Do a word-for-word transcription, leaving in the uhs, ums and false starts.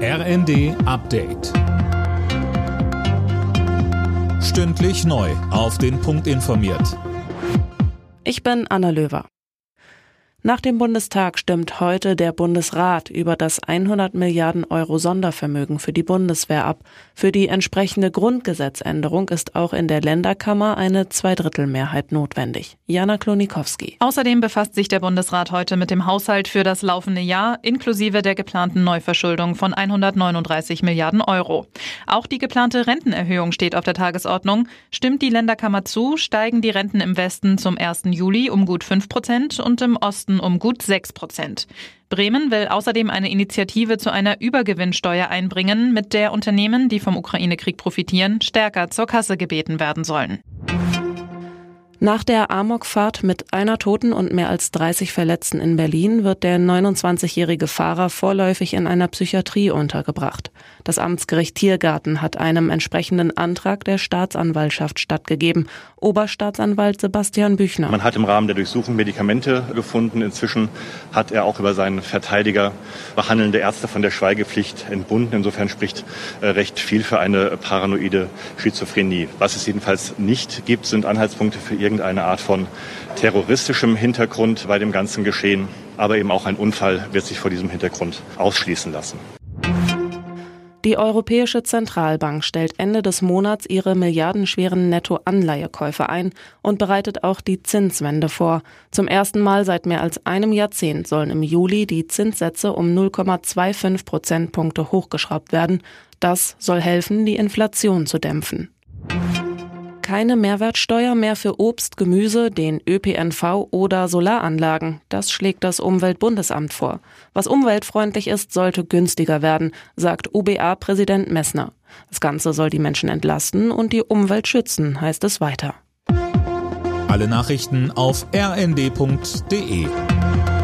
R N D Update. Stündlich neu auf den Punkt informiert. Ich bin Anna Löwer. Nach dem Bundestag stimmt heute der Bundesrat über das hundert Milliarden Euro Sondervermögen für die Bundeswehr ab. Für die entsprechende Grundgesetzänderung ist auch in der Länderkammer eine Zweidrittelmehrheit notwendig. Jana Klonikowski. Außerdem befasst sich der Bundesrat heute mit dem Haushalt für das laufende Jahr, inklusive der geplanten Neuverschuldung von hundertneununddreißig Milliarden Euro. Auch die geplante Rentenerhöhung steht auf der Tagesordnung. Stimmt die Länderkammer zu, steigen die Renten im Westen zum ersten Juli um gut fünf Prozent und im Osten um gut sechs Prozent. Bremen will außerdem eine Initiative zu einer Übergewinnsteuer einbringen, mit der Unternehmen, die vom Ukraine-Krieg profitieren, stärker zur Kasse gebeten werden sollen. Nach der Amokfahrt mit einer Toten und mehr als dreißig Verletzten in Berlin wird der neunundzwanzigjährige Fahrer vorläufig in einer Psychiatrie untergebracht. Das Amtsgericht Tiergarten hat einem entsprechenden Antrag der Staatsanwaltschaft stattgegeben. Oberstaatsanwalt Sebastian Büchner. Man hat im Rahmen der Durchsuchung Medikamente gefunden. Inzwischen hat er auch über seinen Verteidiger behandelnde Ärzte von der Schweigepflicht entbunden. Insofern spricht recht viel für eine paranoide Schizophrenie. Was es jedenfalls nicht gibt, sind Anhaltspunkte für irgendeine Art von terroristischem Hintergrund bei dem ganzen Geschehen. Aber eben auch ein Unfall wird sich vor diesem Hintergrund ausschließen lassen. Die Europäische Zentralbank stellt Ende des Monats ihre milliardenschweren Nettoanleihekäufe ein und bereitet auch die Zinswende vor. Zum ersten Mal seit mehr als einem Jahrzehnt sollen im Juli die Zinssätze um null Komma fünfundzwanzig Prozentpunkte hochgeschraubt werden. Das soll helfen, die Inflation zu dämpfen. Keine Mehrwertsteuer mehr für Obst, Gemüse, den Ö P N V oder Solaranlagen. Das schlägt das Umweltbundesamt vor. Was umweltfreundlich ist, sollte günstiger werden, sagt U B A-Präsident Messner. Das Ganze soll die Menschen entlasten und die Umwelt schützen, heißt es weiter. Alle Nachrichten auf r n d punkt d e.